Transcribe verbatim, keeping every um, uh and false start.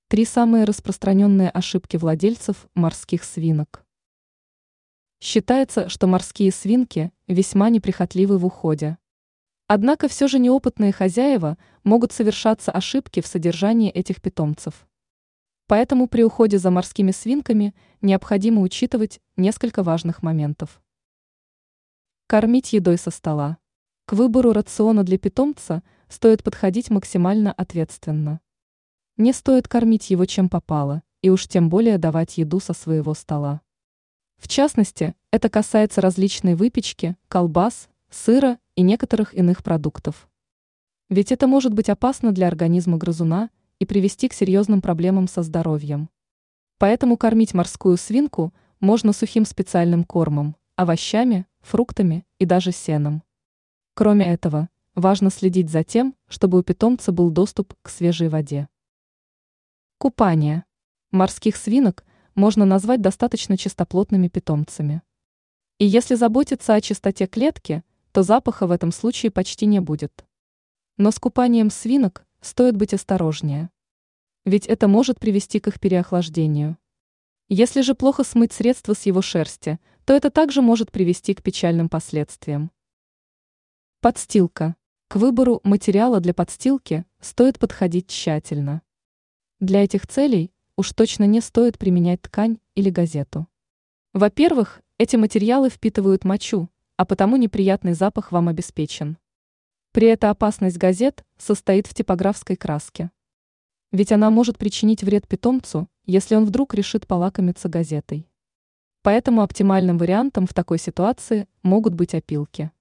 Три самые распространенные ошибки владельцев морских свинок. Считается, что морские свинки весьма неприхотливы в уходе. Однако все же неопытные хозяева могут совершаться ошибки в содержании этих питомцев. Поэтому при уходе за морскими свинками необходимо учитывать несколько важных моментов. Кормить едой со стола. К выбору рациона для питомца стоит подходить максимально ответственно. Не стоит кормить его чем попало, и уж тем более давать еду со своего стола. В частности, это касается различной выпечки, колбас, сыра и некоторых иных продуктов. Ведь это может быть опасно для организма грызуна и привести к серьезным проблемам со здоровьем. Поэтому кормить морскую свинку можно сухим специальным кормом, овощами, фруктами и даже сеном. Кроме этого, важно следить за тем, чтобы у питомца был доступ к свежей воде. Купание. Морских свинок можно назвать достаточно чистоплотными питомцами. И если заботиться о чистоте клетки, то запаха в этом случае почти не будет. Но с купанием свинок стоит быть осторожнее. Ведь это может привести к их переохлаждению. Если же плохо смыть средство с его шерсти, то это также может привести к печальным последствиям. Подстилка. К выбору материала для подстилки стоит подходить тщательно. Для этих целей уж точно не стоит применять ткань или газету. Во-первых, эти материалы впитывают мочу, а потому неприятный запах вам обеспечен. При этом опасность газет состоит в типографской краске. Ведь она может причинить вред питомцу, если он вдруг решит полакомиться газетой. Поэтому оптимальным вариантом в такой ситуации могут быть опилки.